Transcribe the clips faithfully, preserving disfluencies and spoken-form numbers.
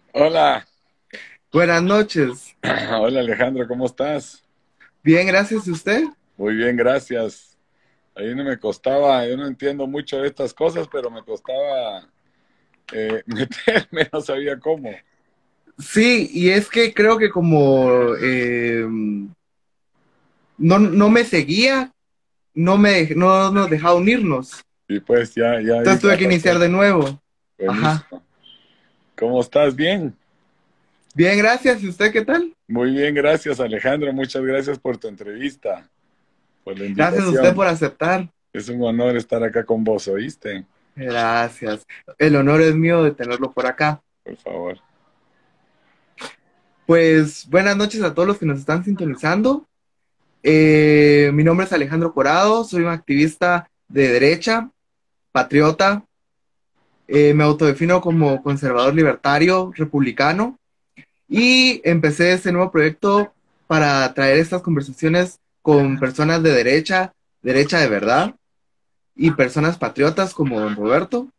Hola, Buenas noches. hola Alejandro, ¿cómo estás? Bien, gracias a usted. Muy bien, gracias. Ahí no me costaba, yo no entiendo mucho de estas cosas, pero me costaba eh, meterme, no sabía cómo. Sí, y es que creo que como eh, no, no me seguía, no me no nos dejaba unirnos. Y pues ya, ya ahí Entonces ya tuve que iniciar pasó. de nuevo. Ajá. Buenísimo. ¿Cómo estás? Bien. Bien, gracias. ¿Y usted qué tal? Muy bien, gracias Alejandro. Muchas gracias por tu entrevista, por la Gracias a usted invitación. por aceptar. Es un honor estar acá con vos, ¿oíste? Gracias. El honor es mío de tenerlo por acá. Por favor. Pues buenas noches a todos los que nos están sintonizando. Eh, mi nombre es Alejandro Corado, soy un activista de derecha, patriota. Eh, me autodefino como conservador libertario republicano y empecé este nuevo proyecto para traer estas conversaciones con personas de derecha, derecha de verdad, y personas patriotas como don Roberto.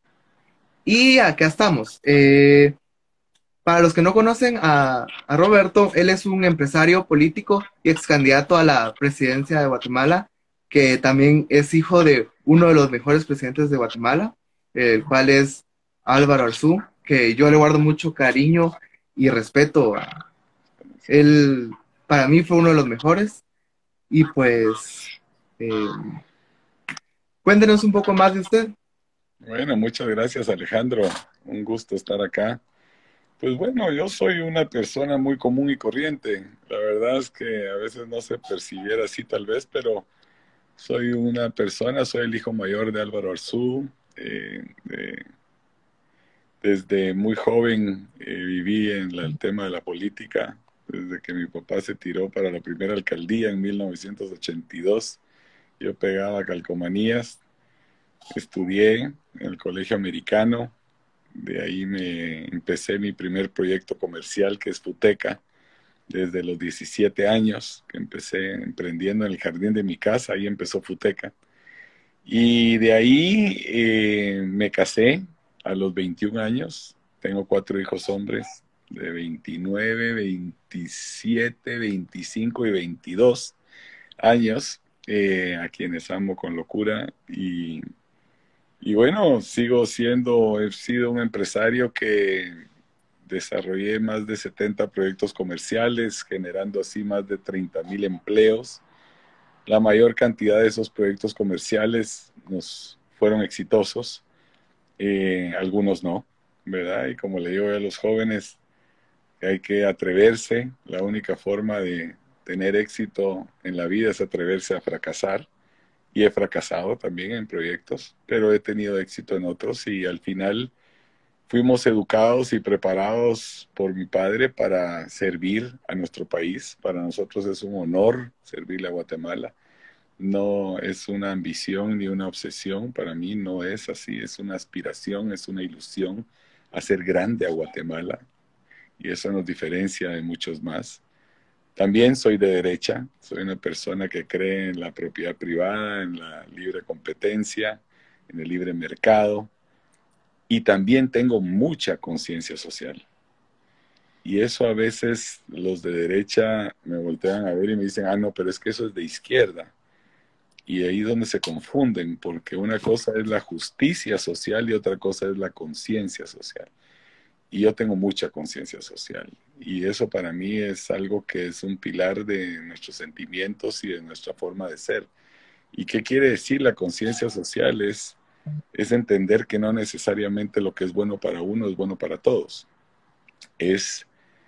Y acá estamos. Eh, para los que no conocen a, a Roberto, él es un empresario político y ex candidato a la presidencia de Guatemala, que también es hijo de uno de los mejores presidentes de Guatemala, el cual es Álvaro Arzú, que yo le guardo mucho cariño y respeto. A él, para mí fue uno de los mejores. Y pues, eh, cuéntenos un poco más de usted. Bueno, muchas gracias Alejandro. Un gusto estar acá. Pues bueno, yo soy una persona muy común y corriente. La verdad es que a veces no se percibiera así tal vez, pero soy una persona, soy el hijo mayor de Álvaro Arzú. Eh, de- desde muy joven eh, viví en la- el tema de la política, desde que mi papá se tiró para la primera alcaldía en mil novecientos ochenta y dos. Yo pegaba calcomanías, estudié en el colegio americano. De ahí me empecé mi primer proyecto comercial, que es Futeca, desde los diecisiete años, que empecé emprendiendo en el jardín de mi casa. Ahí empezó Futeca. Y de ahí eh, me casé a los veintiún años. Tengo cuatro hijos hombres de veintinueve, veintisiete, veinticinco y veintidós años, eh, a quienes amo con locura. Y y bueno, sigo siendo, he sido un empresario que desarrollé más de setenta proyectos comerciales, generando así más de treinta mil empleos. La mayor cantidad de esos proyectos comerciales nos fueron exitosos, eh, algunos no, ¿verdad? Y como le digo a los jóvenes, hay que atreverse. La única forma de tener éxito en la vida es atreverse a fracasar, y he fracasado también en proyectos, pero he tenido éxito en otros, y al final fuimos educados y preparados por mi padre para servir a nuestro país. Para nosotros es un honor servirle a Guatemala. No es una ambición ni una obsesión, para mí no es así, es una aspiración, es una ilusión hacer grande a Guatemala, y eso nos diferencia de muchos más. También soy de derecha, soy una persona que cree en la propiedad privada, en la libre competencia, en el libre mercado, y también tengo mucha conciencia social. Y eso a veces los de derecha me voltean a ver y me dicen, ah, no, pero es que eso es de izquierda. Y ahí es donde se confunden, porque una cosa es la justicia social y otra cosa es la conciencia social. Y yo tengo mucha conciencia social. Y eso para mí es algo que es un pilar de nuestros sentimientos y de nuestra forma de ser. ¿Y qué quiere decir la conciencia social? Es, es entender que no necesariamente lo que es bueno para uno es bueno para todos. Es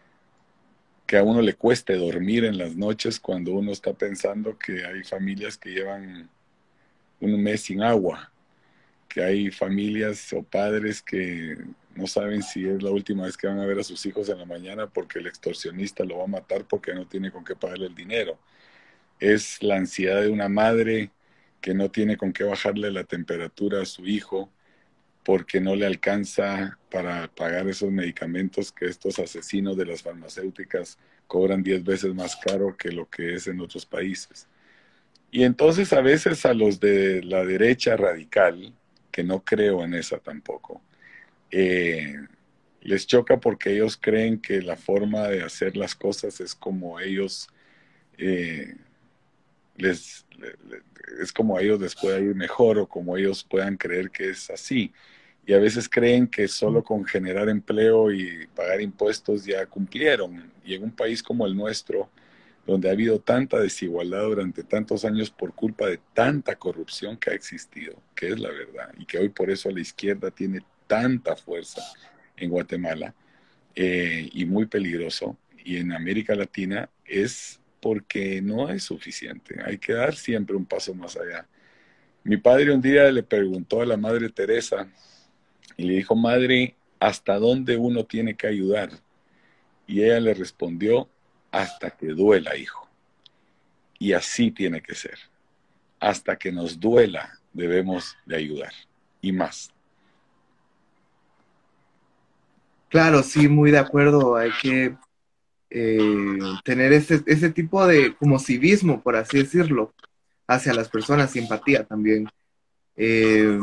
que a uno le cueste dormir en las noches cuando uno está pensando que hay familias que llevan un mes sin agua, que hay familias o padres que no saben si es la última vez que van a ver a sus hijos en la mañana porque el extorsionista lo va a matar porque no tiene con qué pagarle el dinero. Es la ansiedad de una madre que no tiene con qué bajarle la temperatura a su hijo porque no le alcanza para pagar esos medicamentos que estos asesinos de las farmacéuticas cobran diez veces más caro que lo que es en otros países. Y entonces a veces a los de la derecha radical, que no creo en esa tampoco, eh, Les choca porque ellos creen que la forma de hacer las cosas es como ellos eh, les, le- le- es como a ellos les pueda ir mejor o como ellos puedan creer que es así. Y a veces creen que solo con generar empleo y pagar impuestos ya cumplieron. Y en un país como el nuestro, donde ha habido tanta desigualdad durante tantos años por culpa de tanta corrupción que ha existido, que es la verdad, y que hoy por eso la izquierda tiene tanta fuerza en Guatemala, eh, y muy peligroso, y en América Latina, es porque no es suficiente. Hay que dar siempre un paso más allá. Mi padre un día le preguntó a la Madre Teresa y le dijo, Madre, ¿hasta dónde uno tiene que ayudar? Y ella le respondió, hasta que duela, hijo. Y así tiene que ser. Hasta que nos duela debemos de ayudar. Y más. Claro, sí, muy de acuerdo. Hay que eh, tener ese, ese tipo de como civismo, por así decirlo, hacia las personas, simpatía también. Eh,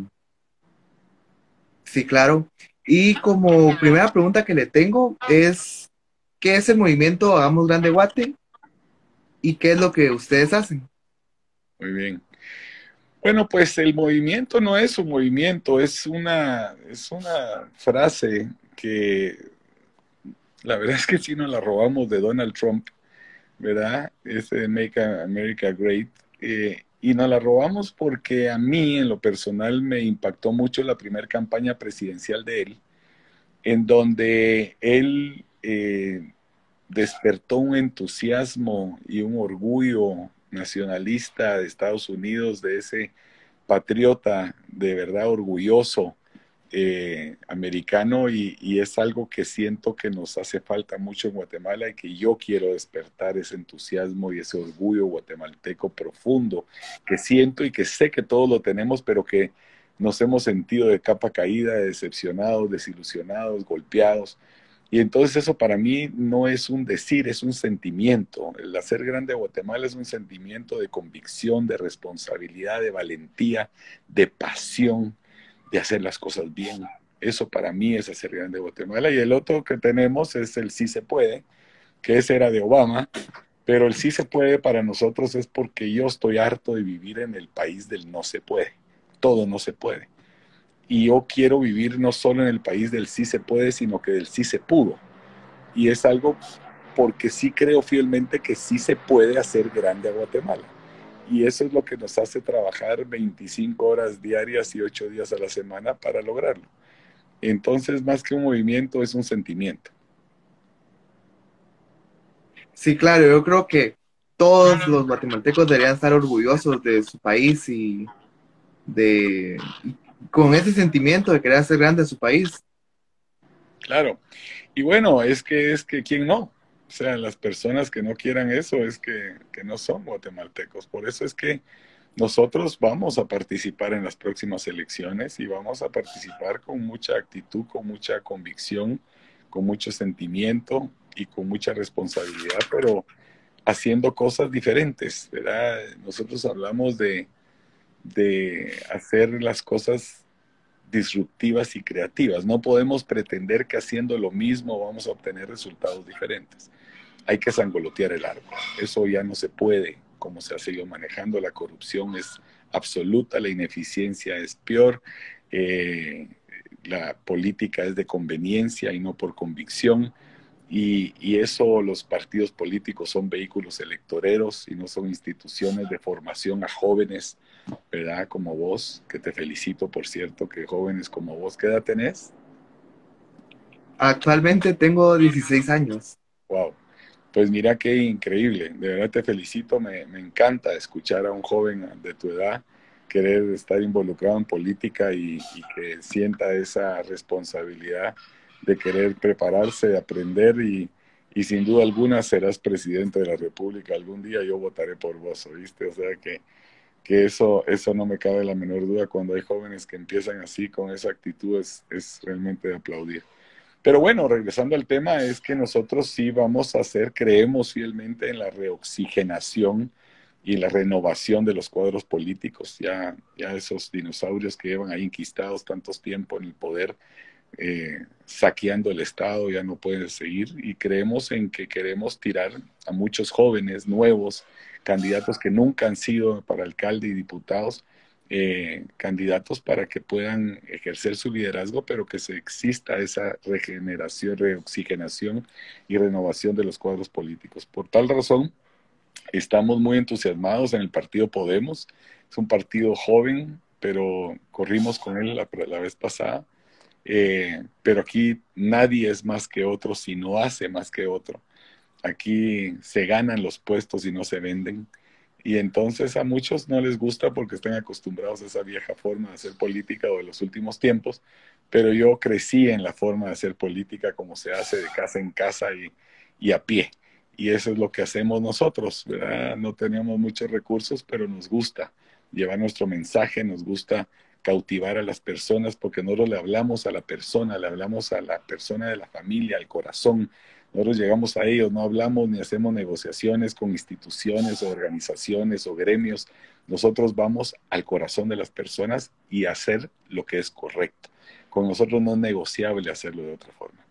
sí, claro. Y como primera pregunta que le tengo es, ¿qué es el movimiento Hagamos Grande Guate y qué es lo que ustedes hacen? Muy bien. Bueno, pues el movimiento no es un movimiento, es una, es una frase que la verdad es que sí nos la robamos de Donald Trump, ¿verdad? Ese Make America Great. Eh, y nos la robamos porque a mí, en lo personal, me impactó mucho la primera campaña presidencial de él, en donde él eh, despertó un entusiasmo y un orgullo nacionalista de Estados Unidos, de ese patriota de verdad orgulloso, eh, americano, y, y es algo que siento que nos hace falta mucho en Guatemala y que yo quiero despertar ese entusiasmo y ese orgullo guatemalteco profundo que siento y que sé que todos lo tenemos, pero que nos hemos sentido de capa caída, decepcionados, desilusionados, golpeados. Y entonces eso para mí no es un decir, es un sentimiento. El hacer grande a Guatemala es un sentimiento de convicción, de responsabilidad, de valentía, de pasión, de hacer las cosas bien. Eso para mí es hacer grande a Guatemala. Y el otro que tenemos es el sí se puede, que ese era de Obama, pero el sí se puede para nosotros es porque yo estoy harto de vivir en el país del no se puede. Todo no se puede. Y yo quiero vivir no solo en el país del sí se puede, sino que del sí se pudo. Y es algo porque sí creo fielmente que sí se puede hacer grande a Guatemala. Y eso es lo que nos hace trabajar veinticinco horas diarias y ocho días a la semana para lograrlo. Entonces, más que un movimiento, es un sentimiento. Sí, claro, yo creo que todos los guatemaltecos deberían estar orgullosos de su país y de y con ese sentimiento de querer hacer grande a su país. Claro. Y bueno, es que es que quién no. O sea, las personas que no quieran eso es que, que no son guatemaltecos. Por eso es que nosotros vamos a participar en las próximas elecciones y vamos a participar con mucha actitud, con mucha convicción, con mucho sentimiento y con mucha responsabilidad, pero haciendo cosas diferentes, ¿verdad? Nosotros hablamos de, de hacer las cosas disruptivas y creativas. No podemos pretender que haciendo lo mismo vamos a obtener resultados diferentes. Hay que sangolotear el árbol. Eso ya no se puede, como se ha seguido manejando. La corrupción es absoluta, la ineficiencia es peor, eh, la política es de conveniencia y no por convicción. Y, y, eso, los partidos políticos son vehículos electoreros y no son instituciones de formación a jóvenes, ¿verdad? Como vos, que te felicito, por cierto, que jóvenes como vos, ¿qué edad tenés? Actualmente tengo dieciséis años. Wow. Pues mira qué increíble, de verdad te felicito, me, me encanta escuchar a un joven de tu edad querer estar involucrado en política y, y que sienta esa responsabilidad de querer prepararse, de aprender y, y sin duda alguna serás presidente de la República. Algún día yo votaré por vos, ¿oíste? O sea que, que eso, eso no me cabe la menor duda. Cuando hay jóvenes que empiezan así, con esa actitud, es, es realmente de aplaudir. Pero bueno, regresando al tema, es que nosotros sí vamos a hacer, creemos fielmente en la reoxigenación y la renovación de los cuadros políticos. Ya, ya esos dinosaurios que llevan ahí enquistados tantos tiempo en el poder, eh, saqueando el Estado, ya no puede seguir, y creemos en que queremos tirar a muchos jóvenes nuevos, candidatos que nunca han sido para alcalde y diputados, eh, candidatos para que puedan ejercer su liderazgo, pero que se exista esa regeneración, reoxigenación y renovación de los cuadros políticos. Por tal razón, estamos muy entusiasmados en el partido Podemos. Es un partido joven, pero corrimos con él la, la vez pasada. Eh, pero aquí nadie es más que otro si no hace más que otro. Aquí se ganan los puestos y no se venden. Y entonces a muchos no les gusta porque están acostumbrados a esa vieja forma de hacer política o de los últimos tiempos, pero yo crecí en la forma de hacer política como se hace de casa en casa y, y a pie. Y eso es lo que hacemos nosotros, ¿verdad? No tenemos muchos recursos, pero nos gusta llevar nuestro mensaje, nos gusta cautivar a las personas porque nosotros le hablamos a la persona, le hablamos a la persona de la familia, al corazón. Nosotros llegamos a ellos, no hablamos ni hacemos negociaciones con instituciones o organizaciones o gremios. Nosotros vamos al corazón de las personas y hacer lo que es correcto. Con nosotros no es negociable hacerlo de otra forma.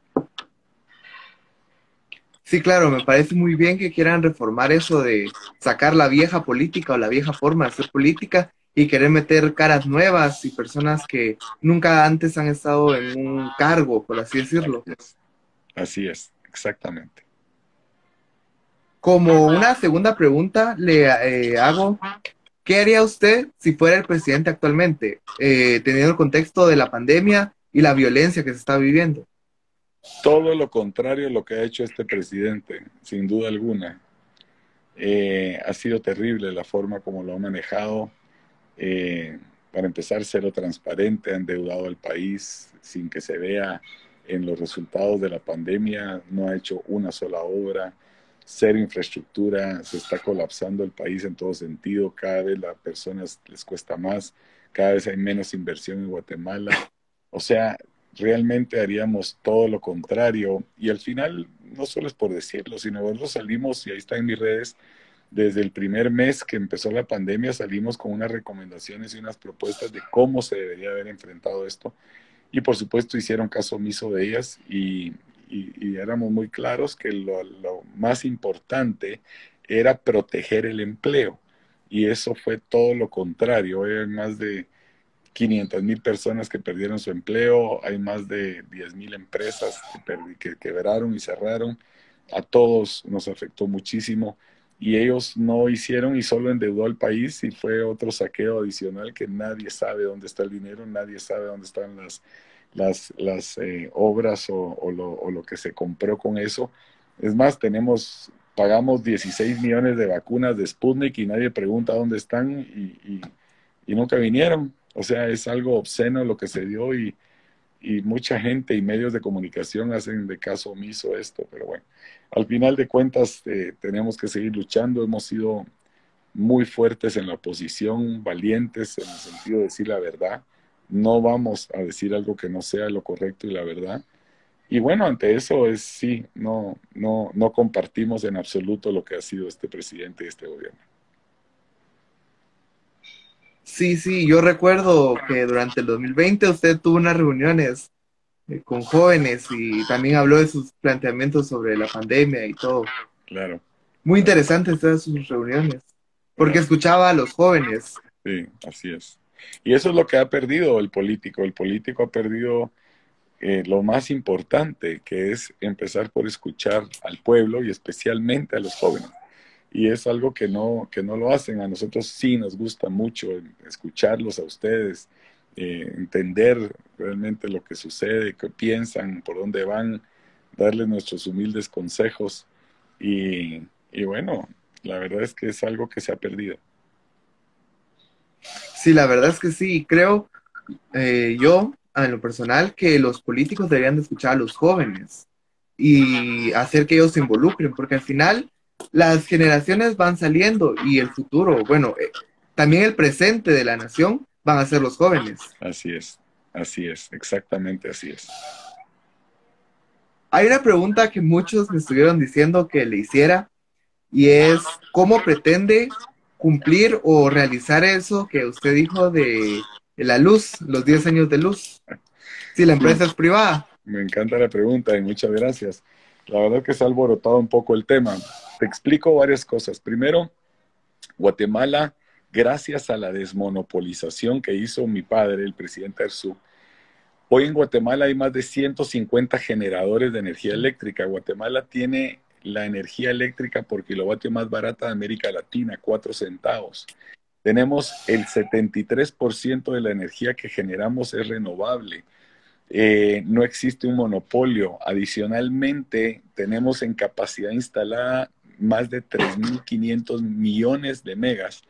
Sí, claro, me parece muy bien que quieran reformar eso de sacar la vieja política o la vieja forma de hacer política y querer meter caras nuevas y personas que nunca antes han estado en un cargo, por así decirlo. Así es, así es, exactamente. Como una segunda pregunta le eh, hago, ¿qué haría usted si fuera el presidente actualmente, eh, teniendo el contexto de la pandemia y la violencia que se está viviendo? Todo lo contrario a lo que ha hecho este presidente, sin duda alguna. Eh, ha sido terrible la forma como lo ha manejado. Eh, para empezar, cero transparente, ha endeudado al país sin que se vea en los resultados de la pandemia, no ha hecho una sola obra, cero infraestructura, se está colapsando el país en todo sentido, cada vez las personas les cuesta más, cada vez hay menos inversión en Guatemala. O sea, realmente haríamos todo lo contrario y al final, no solo es por decirlo, sino nosotros salimos, y ahí está en mis redes, desde el primer mes que empezó la pandemia salimos con unas recomendaciones y unas propuestas de cómo se debería haber enfrentado esto. Y por supuesto hicieron caso omiso de ellas y, y, y éramos muy claros que lo, lo más importante era proteger el empleo. Y eso fue todo lo contrario. Hay más de quinientas mil personas que perdieron su empleo, hay más de diez mil empresas que, que quebraron y cerraron. A todos nos afectó muchísimo y ellos no hicieron y solo endeudó al país y fue otro saqueo adicional que nadie sabe dónde está el dinero, nadie sabe dónde están las, las, las eh, obras o, o, lo, o lo que se compró con eso. Es más, tenemos, pagamos dieciséis millones de vacunas de Sputnik y nadie pregunta dónde están y, y, y nunca vinieron. O sea, es algo obsceno lo que se dio y, y mucha gente y medios de comunicación hacen de caso omiso esto, pero bueno, al final de cuentas eh, tenemos que seguir luchando, hemos sido muy fuertes en la oposición, valientes en el sentido de decir la verdad, no vamos a decir algo que no sea lo correcto y la verdad, y bueno, ante eso es sí, no, no, no compartimos en absoluto lo que ha sido este presidente y este gobierno. Sí, sí, yo recuerdo que durante el dos mil veinte usted tuvo unas reuniones eh, con jóvenes y también habló de sus planteamientos sobre la pandemia y todo. Claro. Muy interesantes todas sus reuniones, porque Claro. escuchaba a los jóvenes. Sí, así es. Y eso es lo que ha perdido el político. El político ha perdido eh, lo más importante, que es empezar por escuchar al pueblo y especialmente a los jóvenes. Y es algo que no, que no lo hacen. A nosotros sí nos gusta mucho escucharlos a ustedes, eh, entender realmente lo que sucede, qué piensan, por dónde van, darles nuestros humildes consejos. Y, y bueno, la verdad es que es algo que se ha perdido. Sí, la verdad es que sí, creo eh, yo, en lo personal, que los políticos deberían de escuchar a los jóvenes y hacer que ellos se involucren, porque al final las generaciones van saliendo y el futuro, bueno, eh, también el presente de la nación van a ser los jóvenes. Así es, así es, exactamente así es. Hay una pregunta que muchos me estuvieron diciendo que le hiciera y es, ¿cómo pretende cumplir o realizar eso que usted dijo de, de la luz, los diez años de luz? si la Sí, empresa es privada? me encanta la pregunta y muchas gracias. La verdad que se ha alborotado un poco el tema. Te explico varias cosas. Primero, Guatemala, gracias a la desmonopolización que hizo mi padre, el presidente Arzú, hoy en Guatemala hay más de ciento cincuenta generadores de energía eléctrica. Guatemala tiene la energía eléctrica por kilovatio más barata de América Latina, cuatro centavos. Tenemos el setenta y tres por ciento de la energía que generamos es renovable. Eh, no existe un monopolio. Adicionalmente, tenemos en capacidad instalada más de tres mil quinientos millones de megas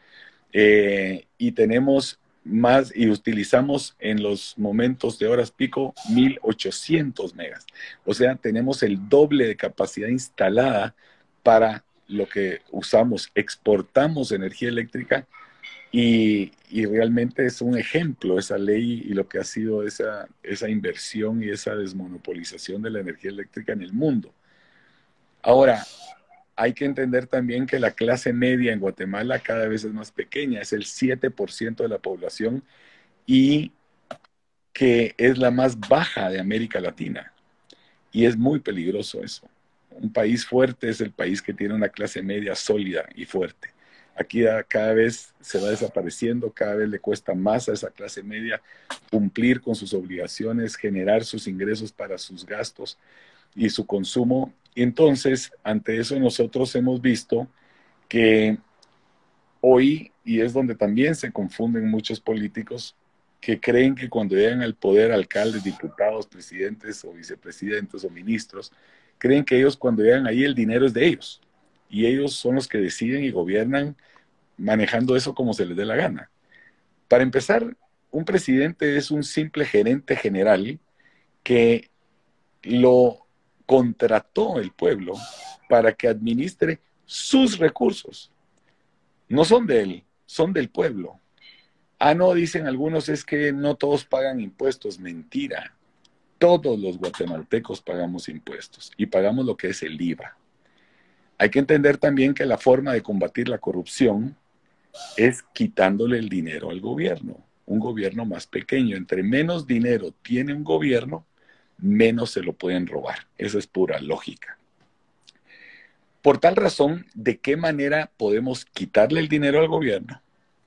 eh, y tenemos más y utilizamos en los momentos de horas pico mil ochocientos megas. O sea, tenemos el doble de capacidad instalada para lo que usamos. Exportamos energía eléctrica y, y realmente es un ejemplo esa ley y lo que ha sido esa, esa inversión y esa desmonopolización de la energía eléctrica en el mundo. Ahora, hay que entender también que la clase media en Guatemala cada vez es más pequeña, es el siete por ciento de la población y que es la más baja de América Latina. Y es muy peligroso eso. Un país fuerte es el país que tiene una clase media sólida y fuerte. Aquí cada vez se va desapareciendo, cada vez le cuesta más a esa clase media cumplir con sus obligaciones, generar sus ingresos para sus gastos y su consumo. Entonces, ante eso nosotros hemos visto que hoy, y es donde también se confunden muchos políticos, que creen que cuando llegan al poder alcaldes, diputados, presidentes o vicepresidentes o ministros, creen que ellos cuando llegan ahí el dinero es de ellos. Y ellos son los que deciden y gobiernan manejando eso como se les dé la gana. Para empezar, un presidente es un simple gerente general que lo contrató el pueblo para que administre sus recursos. No son de él, son del pueblo. Ah, no, dicen algunos, es que no todos pagan impuestos. Mentira. Todos los guatemaltecos pagamos impuestos y pagamos lo que es el IVA. Hay que entender también que la forma de combatir la corrupción es quitándole el dinero al gobierno. Un gobierno más pequeño. Entre menos dinero tiene un gobierno, menos se lo pueden robar. Eso es pura lógica. Por tal razón, ¿de qué manera podemos quitarle el dinero al gobierno?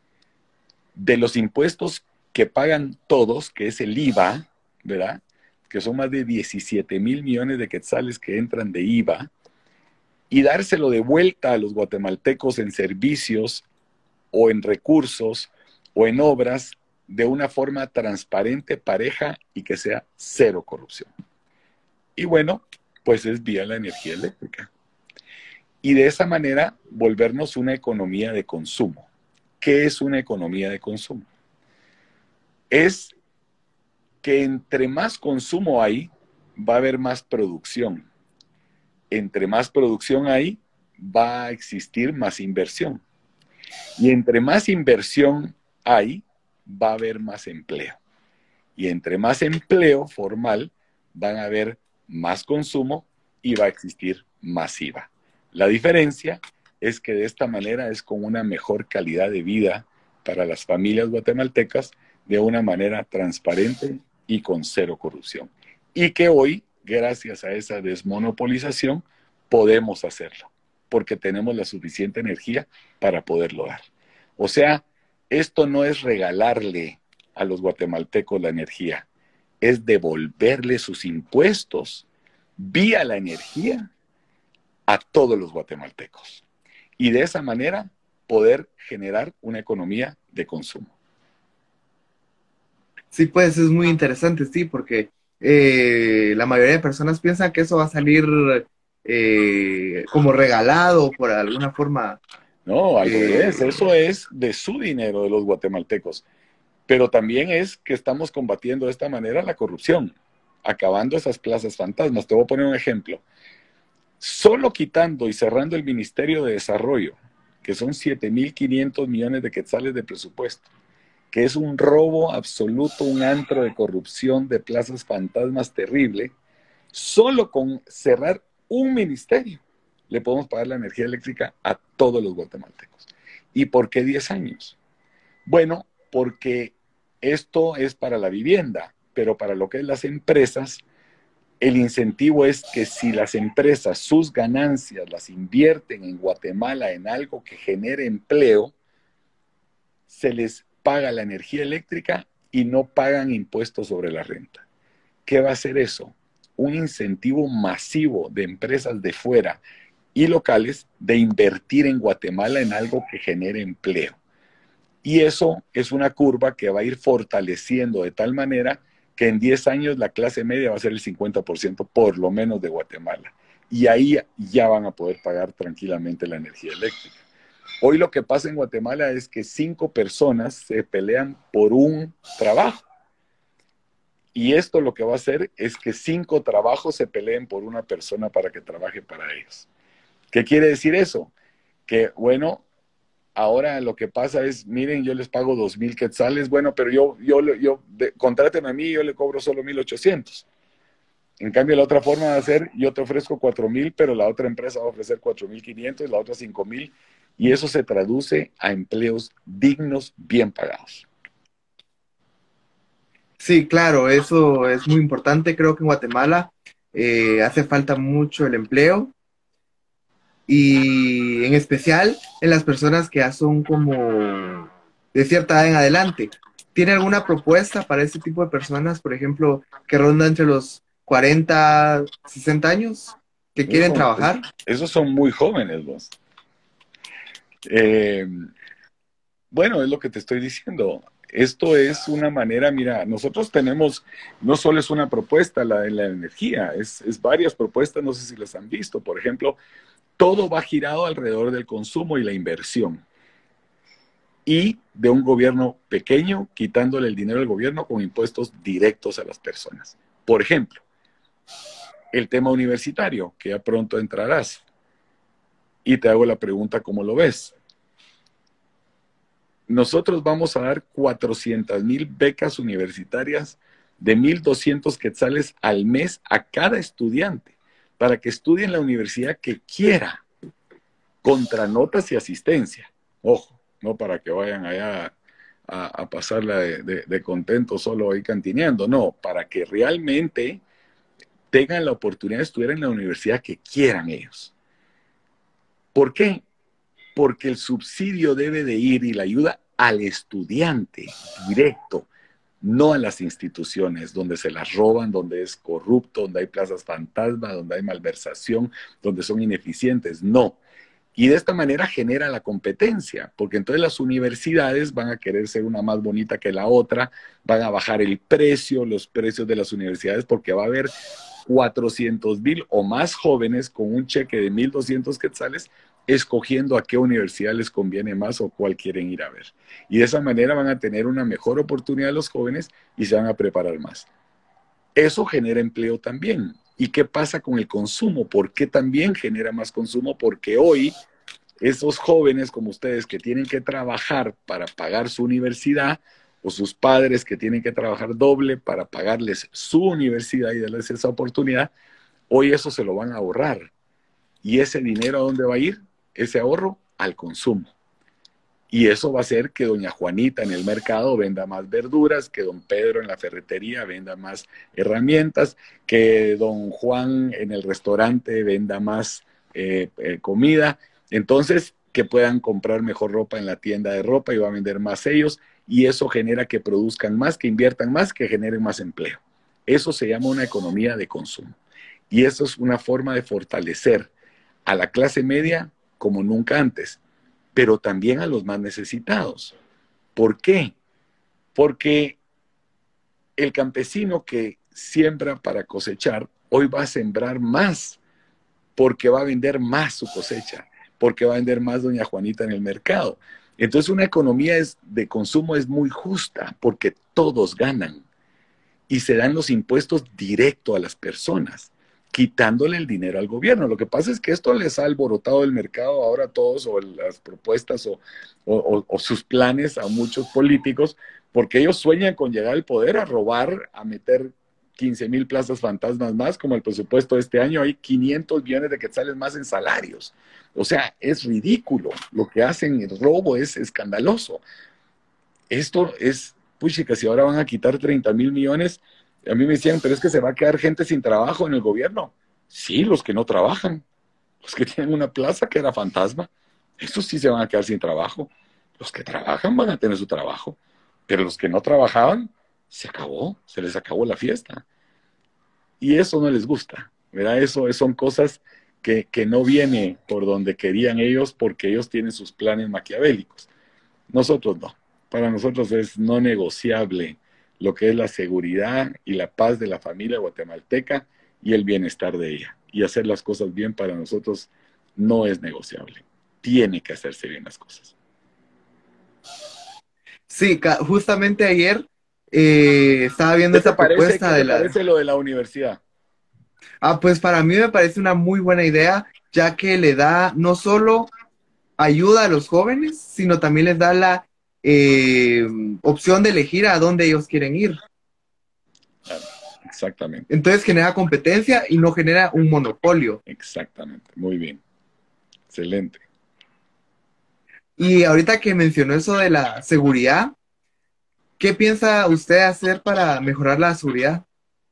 De los impuestos que pagan todos, que es el IVA, ¿verdad? Que son más de diecisiete mil millones de quetzales que entran de IVA, y dárselo de vuelta a los guatemaltecos en servicios o en recursos o en obras de una forma transparente, pareja y que sea cero corrupción. Y bueno, pues es vía la energía eléctrica. Y de esa manera volvernos una economía de consumo. ¿Qué es una economía de consumo? Es que entre más consumo hay, va a haber más producción. Entre más producción hay, va a existir más inversión. Y entre más inversión hay, va a haber más empleo. Y entre más empleo formal, van a haber más consumo y va a existir más IVA. La diferencia es que de esta manera es con una mejor calidad de vida para las familias guatemaltecas de una manera transparente y con cero corrupción. Y que hoy, gracias a esa desmonopolización, podemos hacerlo, porque tenemos la suficiente energía para poderlo dar. O sea, esto no es regalarle a los guatemaltecos la energía, es devolverle sus impuestos vía la energía a todos los guatemaltecos. Y de esa manera poder generar una economía de consumo. Sí, pues es muy interesante, sí, porque eh, la mayoría de personas piensan que eso va a salir eh, como regalado por alguna forma. No, al revés, eh, eso es de su dinero de los guatemaltecos. Pero también es que estamos combatiendo de esta manera la corrupción, acabando esas plazas fantasmas. Te voy a poner un ejemplo. Solo quitando y cerrando el Ministerio de Desarrollo, que son siete mil quinientos millones de quetzales de presupuesto, que es un robo absoluto, un antro de corrupción, de plazas fantasmas terrible, solo con cerrar un ministerio le podemos pagar la energía eléctrica a todos los guatemaltecos. ¿Y por qué diez años? Bueno, porque esto es para la vivienda, pero para lo que es las empresas, el incentivo es que si las empresas sus ganancias las invierten en Guatemala en algo que genere empleo, se les paga la energía eléctrica y no pagan impuestos sobre la renta. ¿Qué va a hacer eso? Un incentivo masivo de empresas de fuera y locales de invertir en Guatemala en algo que genere empleo. Y eso es una curva que va a ir fortaleciendo de tal manera que en diez años la clase media va a ser el cincuenta por ciento por lo menos de Guatemala. Y ahí ya van a poder pagar tranquilamente la energía eléctrica. Hoy lo que pasa en Guatemala es que cinco personas se pelean por un trabajo. Y esto lo que va a hacer es que cinco trabajos se peleen por una persona para que trabaje para ellos. ¿Qué quiere decir eso? Que, bueno, ahora lo que pasa es, miren, yo les pago dos mil quetzales, bueno, pero yo, yo, yo de, contrátenme a mí y yo le cobro solo mil ochocientos. En cambio, la otra forma de hacer, yo te ofrezco cuatro mil, pero la otra empresa va a ofrecer cuatro mil quinientos, la otra cinco mil, y eso se traduce a empleos dignos, bien pagados. Sí, claro, eso es muy importante. Creo que en Guatemala eh, hace falta mucho el empleo y en especial en las personas que ya son como de cierta edad en adelante. ¿Tiene alguna propuesta para ese tipo de personas, por ejemplo, que rondan entre los cuarenta, sesenta años, que Esos quieren son, trabajar? esos son muy jóvenes, vos. Eh, bueno, es lo que te estoy diciendo. Esto es una manera, mira, nosotros tenemos, no solo es una propuesta la de la energía, es, es varias propuestas, no sé si las han visto. Por ejemplo, todo va girado alrededor del consumo y la inversión. Y de un gobierno pequeño, quitándole el dinero al gobierno con impuestos directos a las personas. Por ejemplo, el tema universitario, que ya pronto entrarás. Y te hago la pregunta, ¿cómo lo ves? Nosotros vamos a dar cuatrocientas mil becas universitarias de mil doscientos quetzales al mes a cada estudiante para que estudie en la universidad que quiera, contra notas y asistencia. Ojo, no para que vayan allá a, a pasarla de, de, de contento solo ahí cantineando, no, para que realmente tengan la oportunidad de estudiar en la universidad que quieran ellos. ¿Por qué? Porque el subsidio debe de ir y la ayuda al estudiante directo, no a las instituciones donde se las roban, donde es corrupto, donde hay plazas fantasma, donde hay malversación, donde son ineficientes, no. Y de esta manera genera la competencia, porque entonces las universidades van a querer ser una más bonita que la otra, van a bajar el precio, los precios de las universidades, porque va a haber cuatrocientos mil o más jóvenes con un cheque de mil doscientos quetzales escogiendo a qué universidad les conviene más o cuál quieren ir a ver. Y de esa manera van a tener una mejor oportunidad los jóvenes y se van a preparar más. Eso genera empleo también. ¿Y qué pasa con el consumo? ¿Por qué también genera más consumo? Porque hoy esos jóvenes como ustedes que tienen que trabajar para pagar su universidad o sus padres que tienen que trabajar doble para pagarles su universidad y darles esa oportunidad, hoy eso se lo van a ahorrar. ¿Y ese dinero a dónde va a ir? Ese ahorro al consumo. Y eso va a hacer que doña Juanita en el mercado venda más verduras, que don Pedro en la ferretería venda más herramientas, que don Juan en el restaurante venda más eh, eh, comida. Entonces, que puedan comprar mejor ropa en la tienda de ropa y va a vender más ellos. Y eso genera que produzcan más, que inviertan más, que generen más empleo. Eso se llama una economía de consumo. Y eso es una forma de fortalecer a la clase media como nunca antes, pero también a los más necesitados. ¿Por qué? Porque el campesino que siembra para cosechar, hoy va a sembrar más, porque va a vender más su cosecha, porque va a vender más doña Juanita en el mercado. Entonces una economía es, de consumo es muy justa, porque todos ganan y se dan los impuestos directo a las personas, quitándole el dinero al gobierno. Lo que pasa es que esto les ha alborotado el mercado ahora a todos, o las propuestas o, o, o sus planes a muchos políticos, porque ellos sueñan con llegar al poder a robar, a meter quince mil plazas fantasmas más, como el presupuesto de este año, hay quinientos millones de quetzales más en salarios. O sea, es ridículo. Lo que hacen, el robo es escandaloso. Esto es, puchica, si ahora van a quitar treinta mil millones, A mí me decían, pero es que se va a quedar gente sin trabajo en el gobierno. Sí, los que no trabajan, los que tienen una plaza que era fantasma, esos sí se van a quedar sin trabajo. Los que trabajan van a tener su trabajo, pero los que no trabajaban, se acabó, se les acabó la fiesta. Y eso no les gusta, ¿verdad? Eso son cosas que, que no viene por donde querían ellos porque ellos tienen sus planes maquiavélicos. Nosotros no. Para nosotros es no negociable lo que es la seguridad y la paz de la familia guatemalteca y el bienestar de ella. Y hacer las cosas bien para nosotros no es negociable. Tiene que hacerse bien las cosas. Sí, ca- justamente ayer eh, estaba viendo ¿Qué te esta parece, propuesta qué de te la... parece lo de la universidad? Ah, pues para mí me parece una muy buena idea, ya que le da no solo ayuda a los jóvenes, sino también les da la eh, opción de elegir a dónde ellos quieren ir. Claro, exactamente, Entonces genera competencia y no genera un monopolio. exactamente. Muy bien. Excelente. Y ahorita que mencionó eso de la seguridad, ¿qué piensa usted hacer para mejorar la seguridad?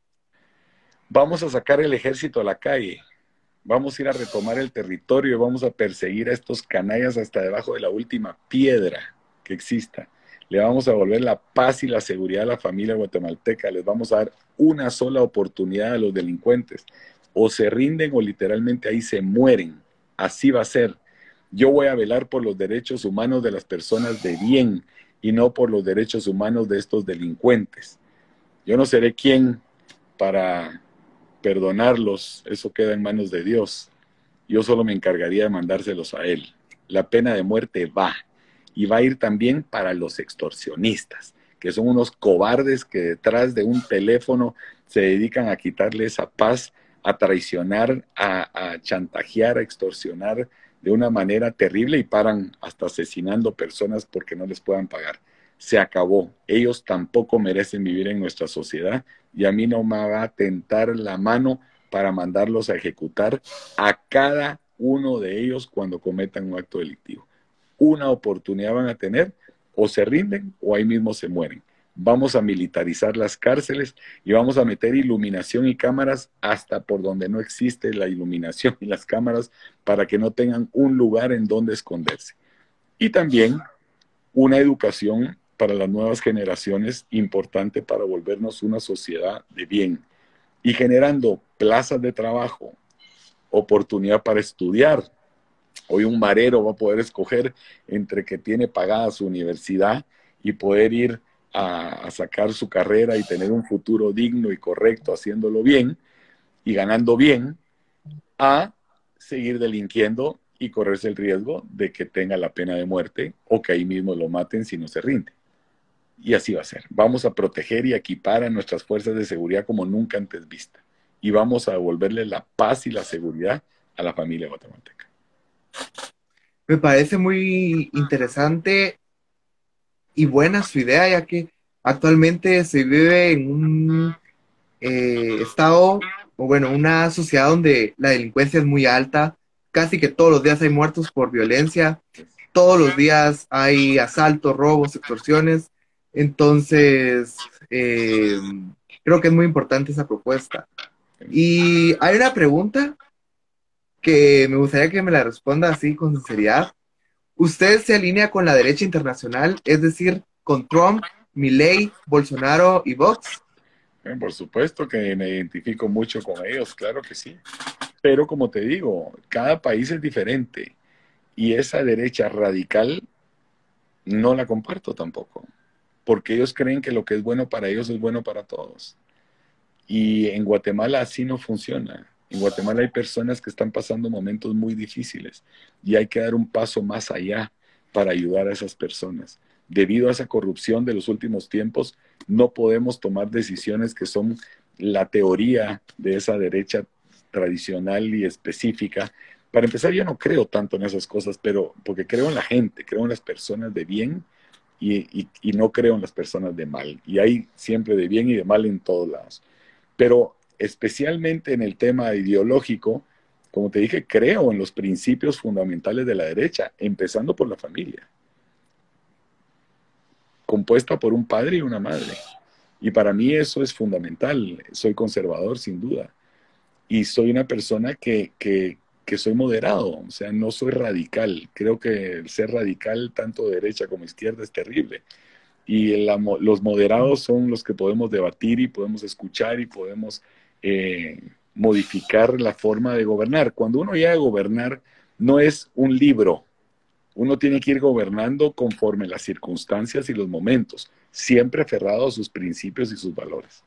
Vamos a sacar el ejército a la calle. Vamos a ir a retomar el territorio y vamos a perseguir a estos canallas hasta debajo de la última piedra que exista. Le vamos a devolver la paz y la seguridad a la familia guatemalteca. Les vamos a dar una sola oportunidad a los delincuentes. O se rinden o literalmente ahí se mueren. Así va a ser. Yo voy a velar por los derechos humanos de las personas de bien y no por los derechos humanos de estos delincuentes. Yo no seré quien para perdonarlos, eso queda en manos de Dios. Yo solo me encargaría de mandárselos a Él. La pena de muerte va, y va a ir también para los extorsionistas, que son unos cobardes que detrás de un teléfono se dedican a quitarle esa paz, a traicionar, a, a chantajear, a extorsionar de una manera terrible y paran hasta asesinando personas porque no les puedan pagar. Se acabó. Ellos tampoco merecen vivir en nuestra sociedad y a mí no me va a tentar la mano para mandarlos a ejecutar a cada uno de ellos cuando cometan un acto delictivo. Una oportunidad van a tener, o se rinden o ahí mismo se mueren. Vamos a militarizar las cárceles y vamos a meter iluminación y cámaras hasta por donde no existe la iluminación y las cámaras para que no tengan un lugar en donde esconderse. Y también una educación para las nuevas generaciones importante para volvernos una sociedad de bien y generando plazas de trabajo, oportunidad para estudiar. Hoy un marero va a poder escoger entre que tiene pagada su universidad y poder ir a, a sacar su carrera y tener un futuro digno y correcto haciéndolo bien y ganando bien, a seguir delinquiendo y correrse el riesgo de que tenga la pena de muerte o que ahí mismo lo maten si no se rinde. Y así va a ser. Vamos a proteger y equipar a nuestras fuerzas de seguridad como nunca antes vista. Y vamos a devolverle la paz y la seguridad a la familia guatemalteca. Me parece muy interesante y buena su idea, ya que actualmente se vive en un eh, estado, o bueno, una sociedad donde la delincuencia es muy alta, casi que todos los días hay muertos por violencia, todos los días hay asaltos, robos, extorsiones, entonces eh, creo que es muy importante esa propuesta. Y hay una pregunta que me gustaría que me la responda así con sinceridad. ¿Usted se alinea con la derecha internacional, es decir, con Trump, Milei, Bolsonaro y Vox? Eh, por supuesto que me identifico mucho con ellos, claro que sí. Pero como te digo, cada país es diferente y esa derecha radical no la comparto tampoco, porque ellos creen que lo que es bueno para ellos es bueno para todos. Y en Guatemala así no funciona. En Guatemala hay personas que están pasando momentos muy difíciles y hay que dar un paso más allá para ayudar a esas personas. Debido a esa corrupción de los últimos tiempos, no podemos tomar decisiones que son la teoría de esa derecha tradicional y específica. Para empezar, yo no creo tanto en esas cosas, pero porque creo en la gente, creo en las personas de bien y, y, y no creo en las personas de mal. Y hay siempre de bien y de mal en todos lados. Pero especialmente en el tema ideológico, como te dije, creo en los principios fundamentales de la derecha, empezando por la familia, compuesta por un padre y una madre. Y para mí eso es fundamental. Soy conservador, sin duda. Y soy una persona que, que, que soy moderado, o sea, no soy radical. Creo que el ser radical, tanto de derecha como izquierda, es terrible. Y la mo- los moderados son los que podemos debatir y podemos escuchar y podemos eh, modificar la forma de gobernar. Cuando uno llega a gobernar, no es un libro. Uno tiene que ir gobernando conforme las circunstancias y los momentos, siempre aferrado a sus principios y sus valores.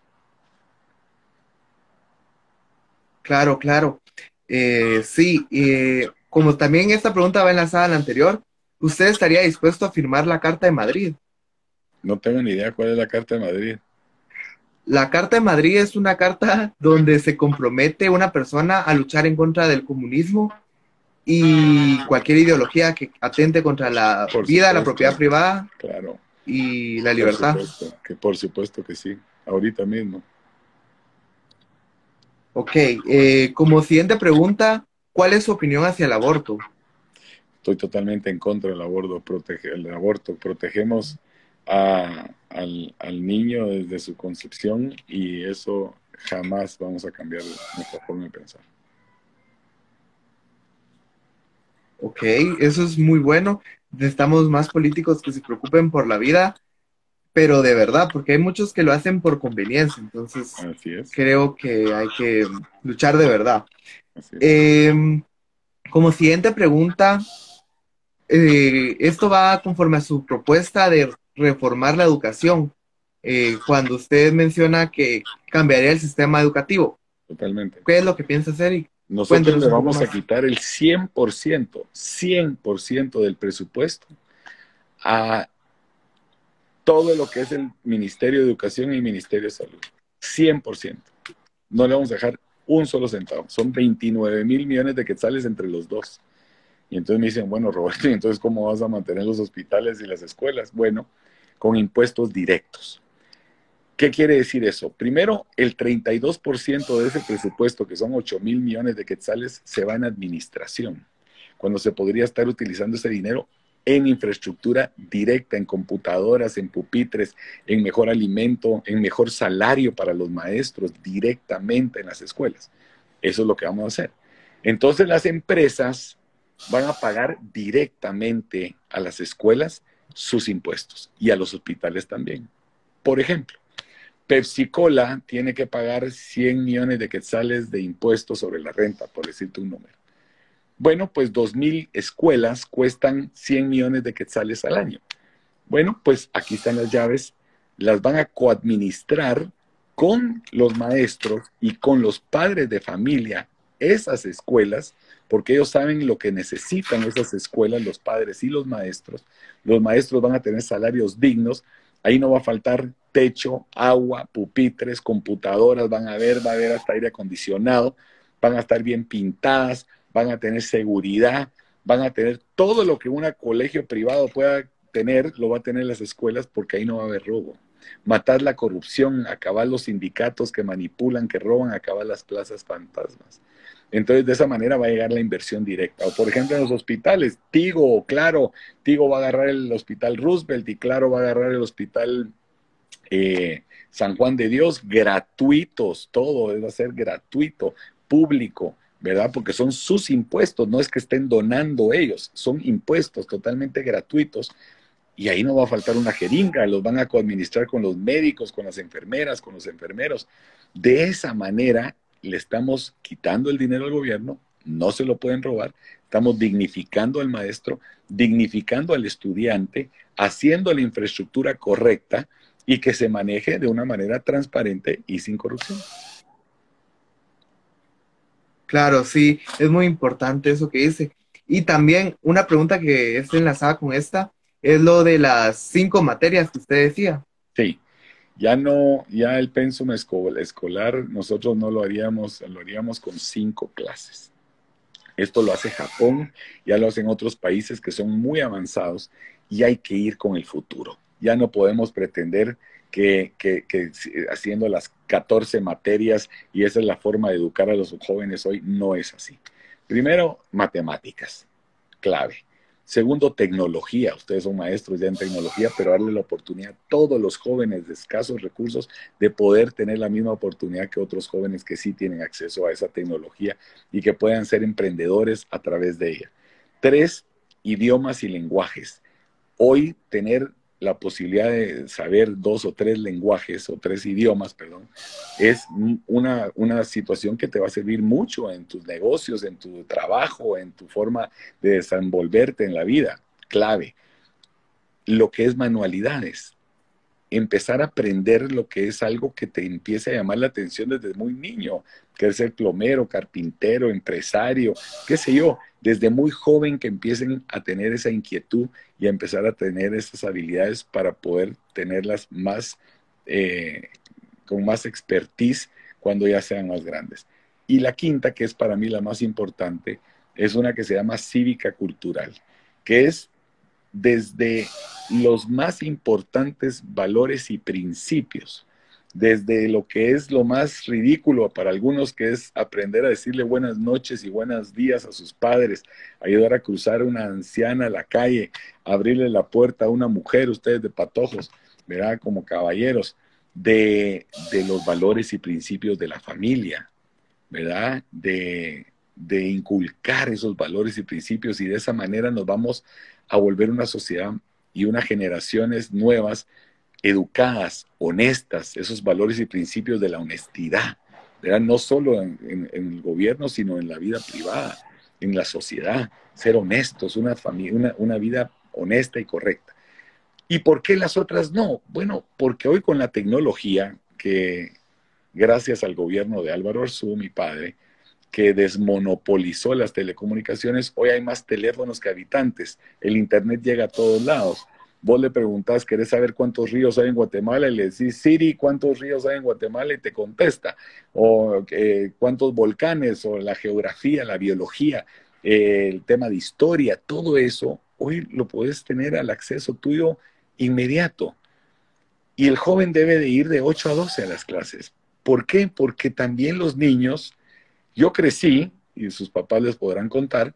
Claro, claro. Eh, sí, eh, como también esta pregunta va enlazada a la anterior, ¿usted estaría dispuesto a firmar la Carta de Madrid? No tengo ni idea cuál es la Carta de Madrid. La Carta de Madrid es una carta donde se compromete una persona a luchar en contra del comunismo y cualquier ideología que atente contra la Por vida, la propiedad supuesto, privada claro, y la por libertad. supuesto, que por supuesto que sí, ahorita mismo. Ok, eh, como siguiente pregunta, ¿cuál es su opinión hacia el aborto? Estoy totalmente en contra del aborto. Protege, el aborto. Protegemos a- al, al niño desde su concepción y eso jamás vamos a cambiar nuestra forma de pensar. Ok, eso es muy bueno. Necesitamos más políticos que se preocupen por la vida, pero de verdad, porque hay muchos que lo hacen por conveniencia, entonces Así es, creo que hay que luchar de verdad. así es. Em, como siguiente pregunta, eh, esto va conforme a su propuesta de reformar la educación. Eh, cuando usted menciona que cambiaría el sistema educativo, Totalmente. ¿qué es lo que piensa hacer? Y Nosotros cuéntenos le un poco vamos a más. quitar el cien por ciento, cien por ciento del presupuesto a todo lo que es el Ministerio de Educación y el Ministerio de Salud. cien por ciento. No le vamos a dejar un solo centavo. Son veintinueve mil millones de quetzales entre los dos. Y entonces me dicen, bueno, Roberto, ¿y entonces cómo vas a mantener los hospitales y las escuelas? Bueno, con impuestos directos. ¿Qué quiere decir eso? Primero, el treinta y dos por ciento de ese presupuesto, que son ocho mil millones de quetzales, se va en administración, cuando se podría estar utilizando ese dinero en infraestructura directa, en computadoras, en pupitres, en mejor alimento, en mejor salario para los maestros, directamente en las escuelas. Eso es lo que vamos a hacer. Entonces las empresas van a pagar directamente a las escuelas sus impuestos y a los hospitales también. Por ejemplo, Pepsi Cola tiene que pagar cien millones de quetzales de impuestos sobre la renta, por decirte un número. Bueno, pues dos mil escuelas cuestan cien millones de quetzales al año. Bueno, pues aquí están las llaves, las van a coadministrar con los maestros y con los padres de familia esas escuelas, porque ellos saben lo que necesitan esas escuelas, los padres y los maestros. Los maestros van a tener salarios dignos, ahí no va a faltar techo, agua, pupitres, computadoras, van a haber, va a haber hasta aire acondicionado, van a estar bien pintadas, van a tener seguridad, van a tener todo lo que un colegio privado pueda tener, lo va a tener las escuelas porque ahí no va a haber robo. Matar la corrupción, acabar los sindicatos que manipulan, que roban, acabar las plazas fantasmas. Entonces, de esa manera va a llegar la inversión directa. O, por ejemplo, en los hospitales, Tigo, claro, Tigo va a agarrar el hospital Roosevelt y claro va a agarrar el hospital eh, San Juan de Dios, gratuitos, todo va a ser gratuito, público, ¿verdad? Porque son sus impuestos, no es que estén donando ellos, son impuestos totalmente gratuitos. Y ahí no va a faltar una jeringa, los van a coadministrar con los médicos, con las enfermeras, con los enfermeros. De esa manera le estamos quitando el dinero al gobierno, no se lo pueden robar, estamos dignificando al maestro, dignificando al estudiante, haciendo la infraestructura correcta y que se maneje de una manera transparente y sin corrupción. Claro, sí, es muy importante eso que dice. Y también una pregunta que es enlazada con esta es lo de las cinco materias que usted decía. Sí, ya no, ya el pensum escolar nosotros no lo haríamos, lo haríamos con cinco clases. Esto lo hace Japón, ya lo hacen otros países que son muy avanzados y hay que ir con el futuro. Ya no podemos pretender que, que, que haciendo las catorce materias y esa es la forma de educar a los jóvenes hoy, no es así. Primero, matemáticas, clave. Segundo, tecnología. Ustedes son maestros ya en tecnología, pero darle la oportunidad a todos los jóvenes de escasos recursos de poder tener la misma oportunidad que otros jóvenes que sí tienen acceso a esa tecnología y que puedan ser emprendedores a través de ella. Tres, idiomas y lenguajes. Hoy tener la posibilidad de saber dos o tres lenguajes o tres idiomas, perdón, es una, una situación que te va a servir mucho en tus negocios, en tu trabajo, en tu forma de desenvolverte en la vida. Clave. Lo que es manualidades. Empezar a aprender lo que es algo que te empiece a llamar la atención desde muy niño. Querer ser plomero, carpintero, empresario, qué sé yo, desde muy joven que empiecen a tener esa inquietud y a empezar a tener esas habilidades para poder tenerlas más, eh, con más expertise cuando ya sean más grandes. Y la quinta, que es para mí la más importante, es una que se llama cívica cultural, que es desde los más importantes valores y principios, desde lo que es lo más ridículo para algunos, que es aprender a decirle buenas noches y buenos días a sus padres, ayudar a cruzar a una anciana a la calle, abrirle la puerta a una mujer, ustedes de patojos, ¿verdad? Como caballeros, de, de los valores y principios de la familia, ¿verdad? De, de inculcar esos valores y principios, y de esa manera nos vamos a volver una sociedad y unas generaciones nuevas, educadas, honestas, esos valores y principios de la honestidad, ¿verdad? No solo en, en, en el gobierno, sino en la vida privada, en la sociedad, ser honestos, una, familia, una, una vida honesta y correcta. ¿Y por qué las otras no? Bueno, porque hoy con la tecnología, que gracias al gobierno de Álvaro Arzú, mi padre, que desmonopolizó las telecomunicaciones, hoy hay más teléfonos que habitantes. El internet llega a todos lados. Vos le preguntás, ¿querés saber cuántos ríos hay en Guatemala? Y le decís, Siri, ¿cuántos ríos hay en Guatemala? Y te contesta. O eh, cuántos volcanes, o la geografía, la biología, eh, el tema de historia, todo eso, hoy lo puedes tener al acceso tuyo inmediato. Y el joven debe de ir de ocho a doce a las clases. ¿Por qué? Porque también los niños, yo crecí, y sus papás les podrán contar,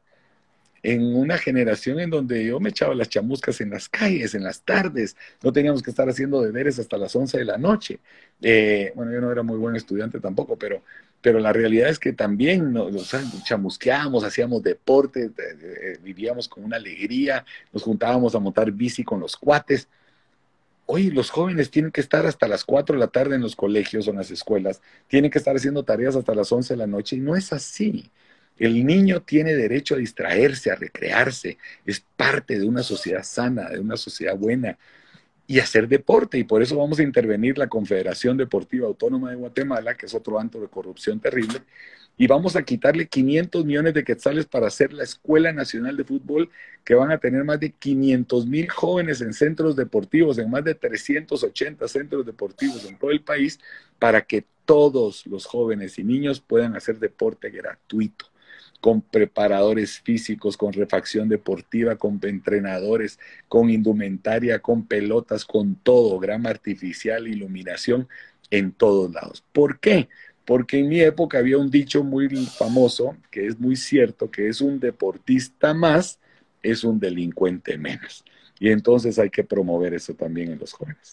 en una generación en donde yo me echaba las chamuscas en las calles, en las tardes, no teníamos que estar haciendo deberes hasta las once de la noche. Eh, bueno, yo no era muy buen estudiante tampoco, pero, pero la realidad es que también nos, o sea, chamusqueábamos, hacíamos deporte, eh, eh, vivíamos con una alegría, nos juntábamos a montar bici con los cuates. Hoy los jóvenes tienen que estar hasta las cuatro de la tarde en los colegios o en las escuelas, tienen que estar haciendo tareas hasta las once de la noche, y no es así. El niño tiene derecho a distraerse, a recrearse, es parte de una sociedad sana, de una sociedad buena, y hacer deporte, y por eso vamos a intervenir la Confederación Deportiva Autónoma de Guatemala, que es otro antro de corrupción terrible, y vamos a quitarle quinientos millones de quetzales para hacer la Escuela Nacional de Fútbol, que van a tener más de quinientos mil jóvenes en centros deportivos, en más de trescientos ochenta centros deportivos en todo el país, para que todos los jóvenes y niños puedan hacer deporte gratuito, con preparadores físicos, con refacción deportiva, con entrenadores, con indumentaria, con pelotas, con todo, grama artificial, iluminación en todos lados. ¿Por qué? Porque en mi época había un dicho muy famoso, que es muy cierto, que es un deportista más, es un delincuente menos. Y entonces hay que promover eso también en los jóvenes.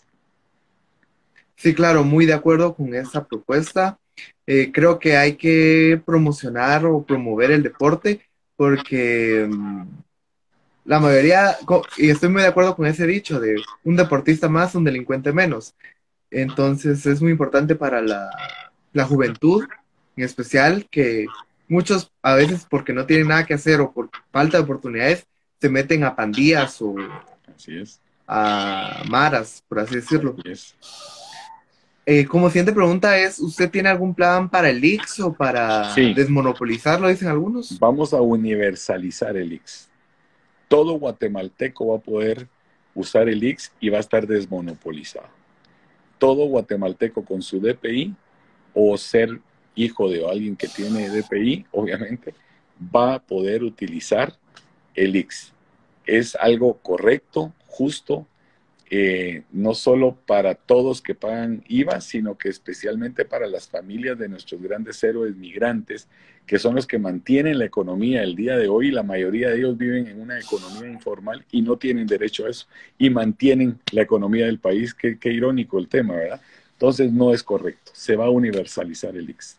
Sí, claro, muy de acuerdo con esa propuesta. Eh, creo que hay que promocionar o promover el deporte porque mm, la mayoría, co- y estoy muy de acuerdo con ese dicho de un deportista más, un delincuente menos. Entonces es muy importante para la, la juventud, en especial, que muchos a veces porque no tienen nada que hacer o por falta de oportunidades, se meten a pandillas o Así es, a maras, por así decirlo. así es. Eh, como siguiente pregunta es, ¿usted tiene algún plan para el I X o para Sí, desmonopolizarlo, dicen algunos? vamos a universalizar el I X. Todo guatemalteco va a poder usar el I X y va a estar desmonopolizado. Todo guatemalteco con su D P I o ser hijo de alguien que tiene D P I, obviamente, va a poder utilizar el I X. Es algo correcto, justo, eh, no solo para todos que pagan I V A, sino que especialmente para las familias de nuestros grandes héroes migrantes, que son los que mantienen la economía el día de hoy. La mayoría de ellos viven en una economía informal y no tienen derecho a eso, y mantienen la economía del país. Qué, qué irónico el tema, ¿verdad? Entonces no es correcto, se va a universalizar el I X.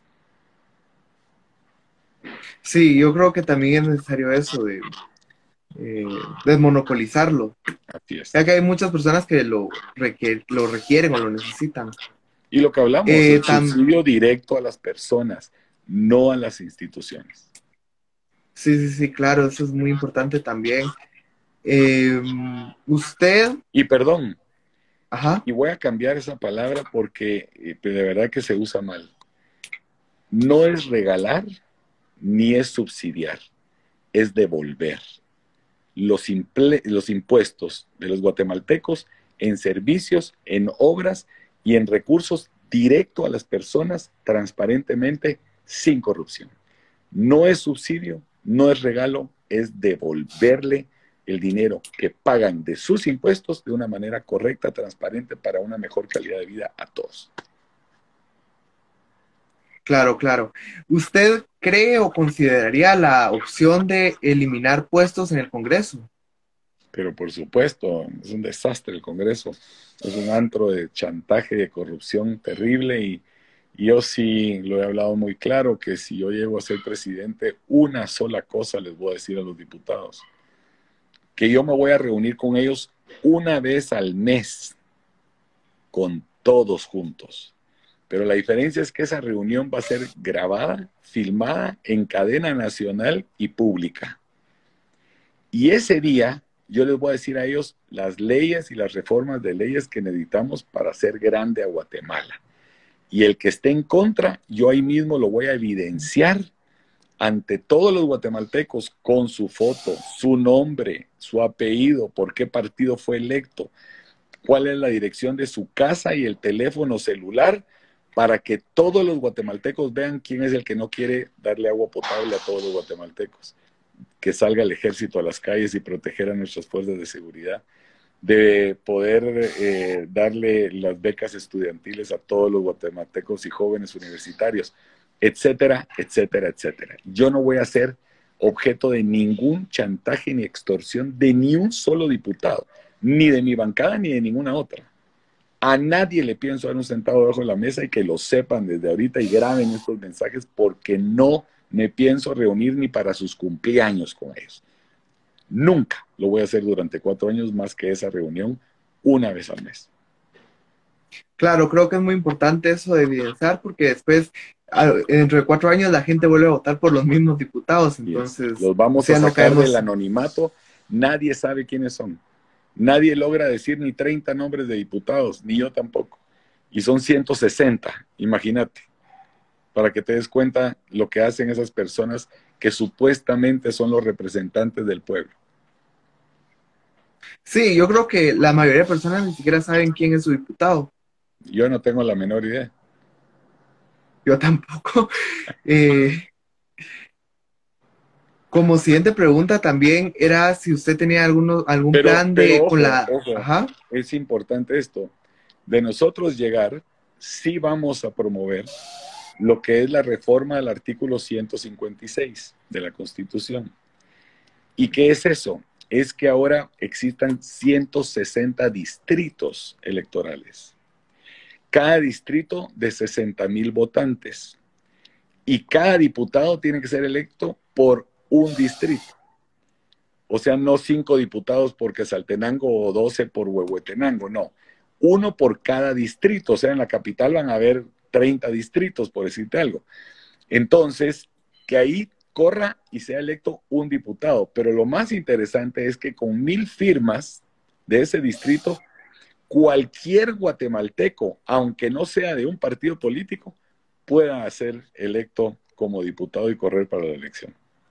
Sí, yo creo que también es necesario eso de eh, desmonopolizarlo, Así es. ya que hay muchas personas que lo, requier lo requieren o lo necesitan. Y lo que hablamos, Eh, el tam subsidio directo a las personas, no a las instituciones. sí, sí, sí, claro, eso es muy importante también. Eh, usted, Y perdón, ajá, y voy a cambiar esa palabra porque eh, de verdad que se usa mal. No es regalar ni es subsidiar, es devolver los, imple los impuestos de los guatemaltecos en servicios, en obras y en recursos directo a las personas transparentemente, sin corrupción. No es subsidio, no es regalo, es devolverle el dinero que pagan de sus impuestos de una manera correcta, transparente, para una mejor calidad de vida a todos. claro, claro. ¿Usted cree o consideraría la opción de eliminar puestos en el Congreso? Pero por supuesto, es un desastre el Congreso, es un antro de chantaje, de corrupción terrible, y, y yo sí lo he hablado muy claro, que si yo llego a ser presidente, una sola cosa les voy a decir a los diputados: que yo me voy a reunir con ellos una vez al mes, con todos juntos. Pero la diferencia es que esa reunión va a ser grabada, filmada en cadena nacional y pública. Y ese día yo les voy a decir a ellos las leyes y las reformas de leyes que necesitamos para hacer grande a Guatemala. Y el que esté en contra, yo ahí mismo lo voy a evidenciar ante todos los guatemaltecos con su foto, su nombre, su apellido, por qué partido fue electo, cuál es la dirección de su casa y el teléfono celular, para que todos los guatemaltecos vean quién es el que no quiere darle agua potable a todos los guatemaltecos. Que salga el ejército a las calles y proteger a nuestras fuerzas de seguridad, de poder eh, darle las becas estudiantiles a todos los guatemaltecos y jóvenes universitarios, etcétera, etcétera, etcétera. Yo no voy a ser objeto de ningún chantaje ni extorsión de ni un solo diputado, ni de mi bancada ni de ninguna otra. A nadie le pienso dar un centavo debajo de la mesa, y que lo sepan desde ahorita y graben estos mensajes, porque no me pienso reunir ni para sus cumpleaños con ellos. Nunca lo voy a hacer durante cuatro años, más que esa reunión una vez al mes. Claro, creo que es muy importante eso de evidenciar, porque después, a- dentro de cuatro años, la gente vuelve a votar por los mismos diputados, Y es, entonces, los vamos si a ya no sacar del caemos. anonimato. Nadie sabe quiénes son. Nadie logra decir ni treinta nombres de diputados, ni yo tampoco. Y son ciento sesenta, imagínate, para que te des cuenta lo que hacen esas personas que supuestamente son los representantes del pueblo. Sí, yo creo que la mayoría de personas ni siquiera saben quién es su diputado. Yo no tengo la menor idea. Yo tampoco. Eh, como siguiente pregunta también era si usted tenía alguno, algún Pero, plan pero de con ojo, la... ojo, Ajá. es importante esto. De nosotros llegar, sí vamos a promover lo que es la reforma del artículo ciento cincuenta y seis de la Constitución. ¿Y qué es eso? Es que ahora existan ciento sesenta distritos electorales. Cada distrito de sesenta mil votantes. Y cada diputado tiene que ser electo por un distrito. O sea, no cinco diputados por Quetzaltenango o doce por Huehuetenango, no. Uno por cada distrito. O sea, en la capital van a haber treinta distritos, por decirte algo. Entonces, que ahí corra y sea electo un diputado. Pero lo más interesante es que con mil firmas de ese distrito, cualquier guatemalteco, aunque no sea de un partido político, pueda ser electo como diputado y correr para la elección.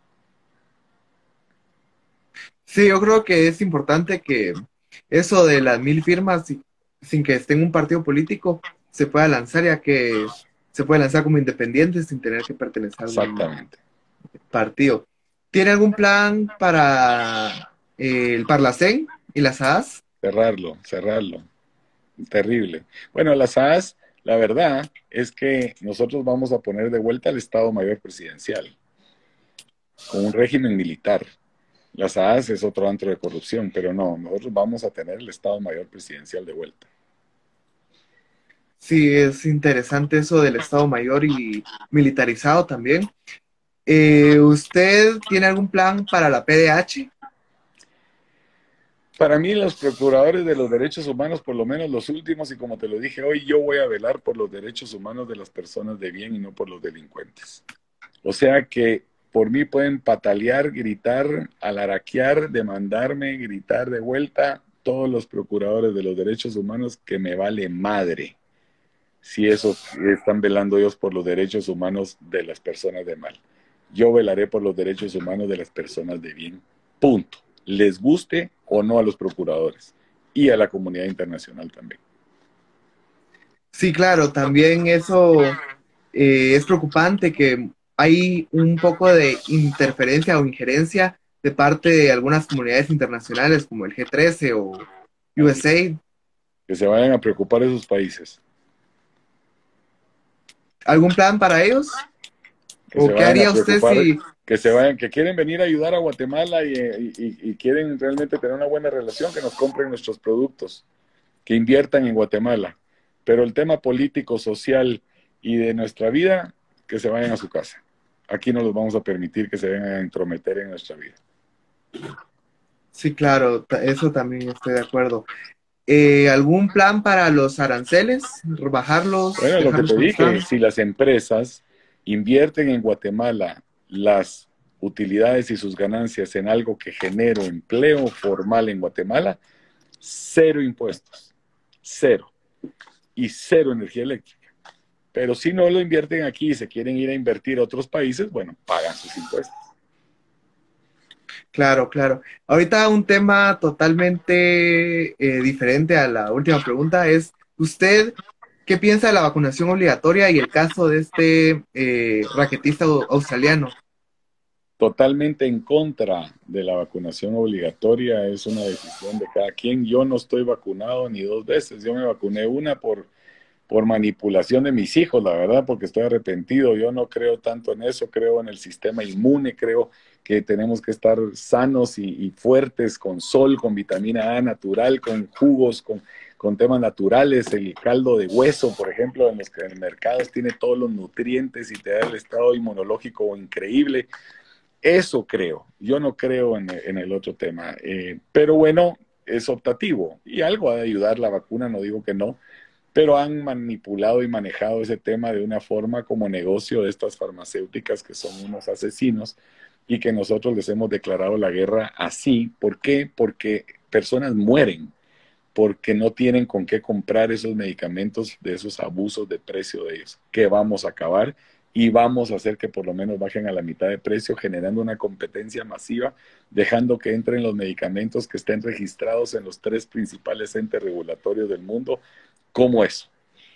Sí, yo creo que es importante que eso de las mil firmas, si- sin que esté en un partido político, se pueda lanzar, ya que se puede lanzar como independiente sin tener que pertenecer a algún Exactamente. partido. ¿Tiene algún plan para eh, el Parlacén y las A A S? cerrarlo, cerrarlo. Terrible. Bueno, las A A S, la verdad es que nosotros vamos a poner de vuelta al Estado Mayor Presidencial, con un régimen militar. Las A A S es otro antro de corrupción, pero no, nosotros vamos a tener el Estado Mayor Presidencial de vuelta. Sí, es interesante eso del Estado Mayor y militarizado también. Eh, ¿usted tiene algún plan para la P D H? Para mí, los procuradores de los derechos humanos, por lo menos los últimos, y como te lo dije hoy, yo voy a velar por los derechos humanos de las personas de bien y no por los delincuentes. O sea que por mí pueden patalear, gritar, alaraquear, demandarme, gritar de vuelta todos los procuradores de los derechos humanos, que me vale madre si esos están velando ellos por los derechos humanos de las personas de mal. Yo velaré por los derechos humanos de las personas de bien. Punto. Les guste o no a los procuradores y a la comunidad internacional también. Sí, claro, también eso eh, es preocupante que hay un poco de interferencia o injerencia de parte de algunas comunidades internacionales como el G trece o Así, U S A. que se vayan a preocupar esos países. ¿Algún plan para ellos? Que se ¿O qué vayan a haría usted preocupar, si... que se vayan, que quieren venir a ayudar a Guatemala y, y, y quieren realmente tener una buena relación, que nos compren nuestros productos, que inviertan en Guatemala. Pero el tema político, social y de nuestra vida, que se vayan a su casa. Aquí no los vamos a permitir que se vengan a entrometer en nuestra vida. Sí, claro, ta- eso también estoy de acuerdo. Eh, ¿algún plan para los aranceles? ¿Bajarlos? Bueno, lo que ¿Dejarlos te como dije, están? si las empresas invierten en Guatemala las utilidades y sus ganancias en algo que genere empleo formal en Guatemala, cero impuestos, cero, y cero energía eléctrica. Pero si no lo invierten aquí y se quieren ir a invertir a otros países, bueno, pagan sus impuestos. Claro, claro. Ahorita un tema totalmente eh, diferente a la última pregunta es, ¿usted qué piensa de la vacunación obligatoria y el caso de este eh, raquetista au- australiano? Totalmente en contra de la vacunación obligatoria, es una decisión de cada quien. Yo no estoy vacunado ni dos veces, yo me vacuné una por por manipulación de mis hijos, la verdad, porque estoy arrepentido. Yo no creo tanto en eso, creo en el sistema inmune, creo que tenemos que estar sanos y, y fuertes, con sol, con vitamina A natural, con jugos, con, con temas naturales. El caldo de hueso, por ejemplo, en los que en el mercado tiene todos los nutrientes y te da el estado inmunológico increíble. Eso creo, yo no creo en, en el otro tema. Eh, pero bueno, es optativo y algo ha de ayudar la vacuna, no digo que no, pero han manipulado y manejado ese tema de una forma como negocio de estas farmacéuticas, que son unos asesinos y que nosotros les hemos declarado la guerra así. ¿Por qué? Porque personas mueren, porque no tienen con qué comprar esos medicamentos de esos abusos de precio de ellos, que vamos a acabar y vamos a hacer que por lo menos bajen a la mitad de precio, generando una competencia masiva, dejando que entren los medicamentos que estén registrados en los tres principales entes regulatorios del mundo, como eso.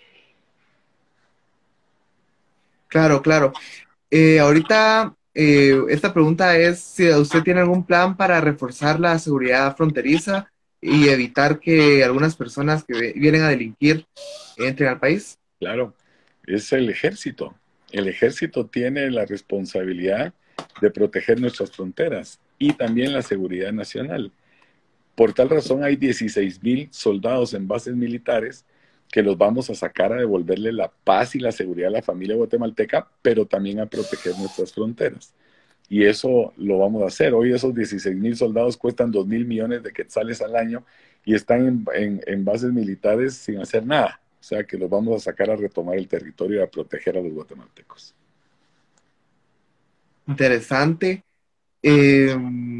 Claro, claro. Eh, ahorita eh, esta pregunta es si usted tiene algún plan para reforzar la seguridad fronteriza y evitar que algunas personas que ve- vienen a delinquir entren al país. Claro, es el ejército. El ejército tiene la responsabilidad de proteger nuestras fronteras y también la seguridad nacional. Por tal razón hay dieciséis mil soldados en bases militares que los vamos a sacar a devolverle la paz y la seguridad a la familia guatemalteca, pero también a proteger nuestras fronteras. Y eso lo vamos a hacer. Hoy esos dieciséis mil soldados cuestan dos mil millones de quetzales al año y están en, en, en bases militares sin hacer nada. O sea que los vamos a sacar a retomar el territorio y a proteger a los guatemaltecos. Interesante. Eh,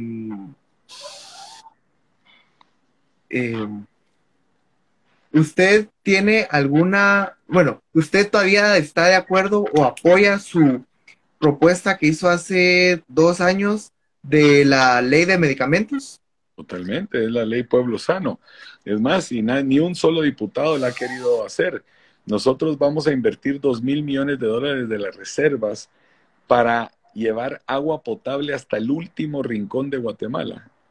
eh, ¿Usted tiene alguna, bueno, usted todavía está de acuerdo o apoya su propuesta que hizo hace dos años de la ley de medicamentos? Totalmente, es la ley Pueblo Sano. Es más, y na- ni un solo diputado la ha querido hacer. Nosotros vamos a invertir dos mil millones de dólares de las reservas para llevar agua potable hasta el último rincón de Guatemala.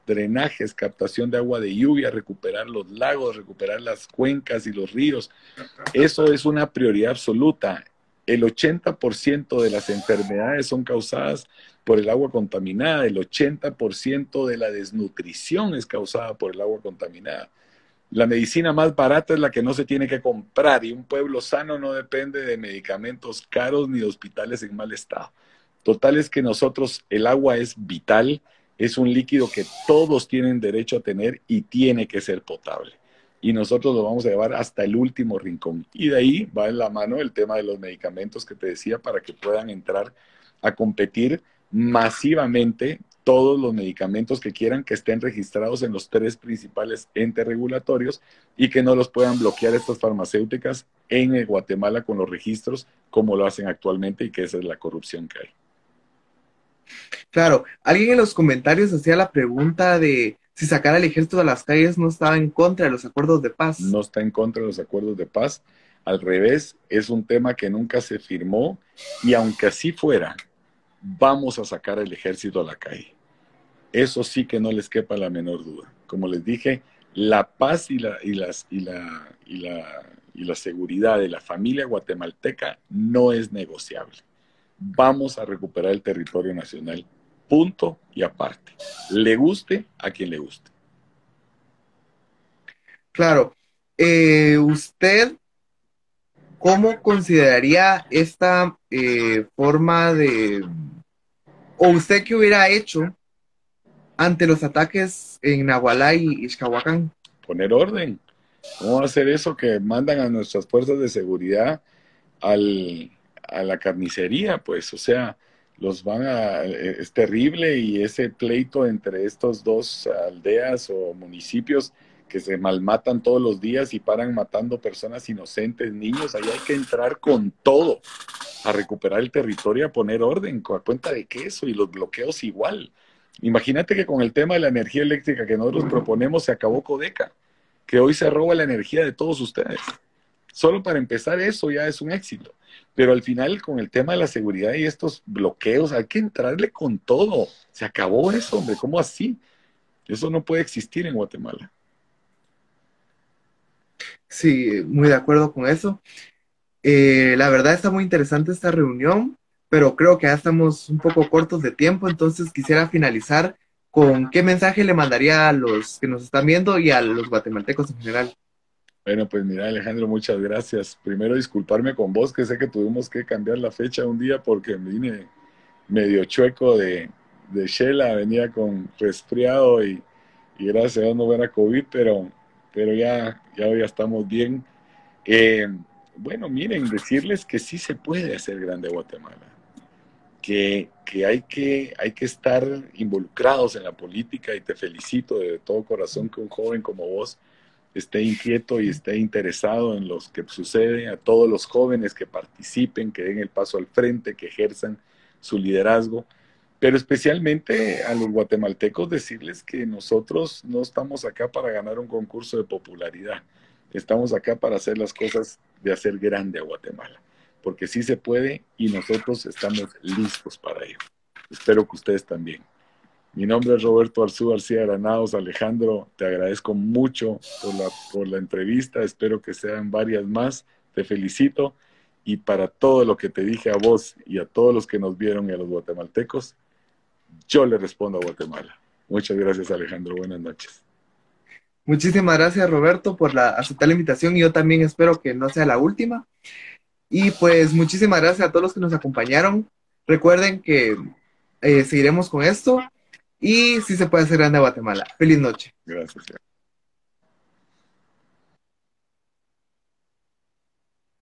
drenajes, captación de agua de lluvia, recuperar los lagos, recuperar las cuencas y los ríos. Eso es una prioridad absoluta. El ochenta por ciento de las enfermedades son causadas por el agua contaminada, el ochenta por ciento de la desnutrición es causada por el agua contaminada. La medicina más barata es la que no se tiene que comprar, y un pueblo sano no depende de medicamentos caros ni de hospitales en mal estado. Total es que nosotros, el agua es vital, es un líquido que todos tienen derecho a tener y tiene que ser potable. Y nosotros lo vamos a llevar hasta el último rincón. Y de ahí va en la mano el tema de los medicamentos que te decía, para que puedan entrar a competir masivamente todos los medicamentos que quieran, que estén registrados en los tres principales entes regulatorios y que no los puedan bloquear estas farmacéuticas en Guatemala con los registros como lo hacen actualmente, y que esa es la corrupción que hay. Claro, alguien en los comentarios hacía la pregunta de si sacar al ejército a las calles no estaba en contra de los acuerdos de paz. No está en contra de los acuerdos de paz, al revés, es un tema que nunca se firmó, y aunque así fuera, vamos a sacar al ejército a la calle. Eso sí que no les quepa la menor duda. Como les dije, la paz y la, y las, y la, y la, y la seguridad de la familia guatemalteca no es negociable. Vamos a recuperar el territorio nacional, punto y aparte. Le guste a quien le guste. Claro. Eh, ¿usted cómo consideraría esta eh, forma de... o usted qué hubiera hecho ante los ataques en Nahualá y Ixcahuacán? Poner orden. ¿Cómo va a hacer eso que mandan a nuestras fuerzas de seguridad al, a la carnicería? Pues, o sea, los van a... es terrible, y ese pleito entre estos dos aldeas o municipios que se malmatan todos los días y paran matando personas inocentes, niños, ahí hay que entrar con todo a recuperar el territorio, a poner orden. ¿A cuenta de qué eso? Y los bloqueos igual. Imagínate que con el tema de la energía eléctrica que nosotros proponemos se acabó Codeca, que hoy se roba la energía de todos ustedes. Solo para empezar, eso ya es un éxito. Pero al final, con el tema de la seguridad y estos bloqueos, hay que entrarle con todo. Se acabó eso, hombre. ¿Cómo así? Eso no puede existir en Guatemala. Sí, muy de acuerdo con eso. Eh, la verdad está muy interesante esta reunión, pero creo que ya estamos un poco cortos de tiempo, entonces quisiera finalizar con qué mensaje le mandaría a los que nos están viendo y a los guatemaltecos en general. Bueno, pues mira, Alejandro, muchas gracias. Primero, disculparme con vos, que sé que tuvimos que cambiar la fecha un día porque vine medio chueco de, de Shela, venía con resfriado y, y gracias a Dios no era COVID, pero, pero ya, ya hoy ya estamos bien. Eh, bueno, miren, decirles que sí se puede hacer grande Guatemala, que, que, hay que hay que estar involucrados en la política, y te felicito de todo corazón que un joven como vos esté inquieto y esté interesado en lo que sucede. A todos los jóvenes que participen, que den el paso al frente, que ejerzan su liderazgo, pero especialmente a los guatemaltecos decirles que nosotros no estamos acá para ganar un concurso de popularidad, estamos acá para hacer las cosas, de hacer grande a Guatemala, porque sí se puede y nosotros estamos listos para ello. Espero que ustedes también. Mi nombre es Roberto Arzú García Granados. Alejandro, te agradezco mucho por la, por la entrevista, espero que sean varias más, te felicito, y para todo lo que te dije a vos y a todos los que nos vieron y a los guatemaltecos, yo le respondo a Guatemala. Muchas gracias, Alejandro, buenas noches. Muchísimas gracias, Roberto, por la, aceptar la invitación, y yo también espero que no sea la última. Y pues muchísimas gracias a todos los que nos acompañaron. Recuerden que eh, seguiremos con esto, y sí se puede hacer grande Guatemala. Feliz noche. Gracias.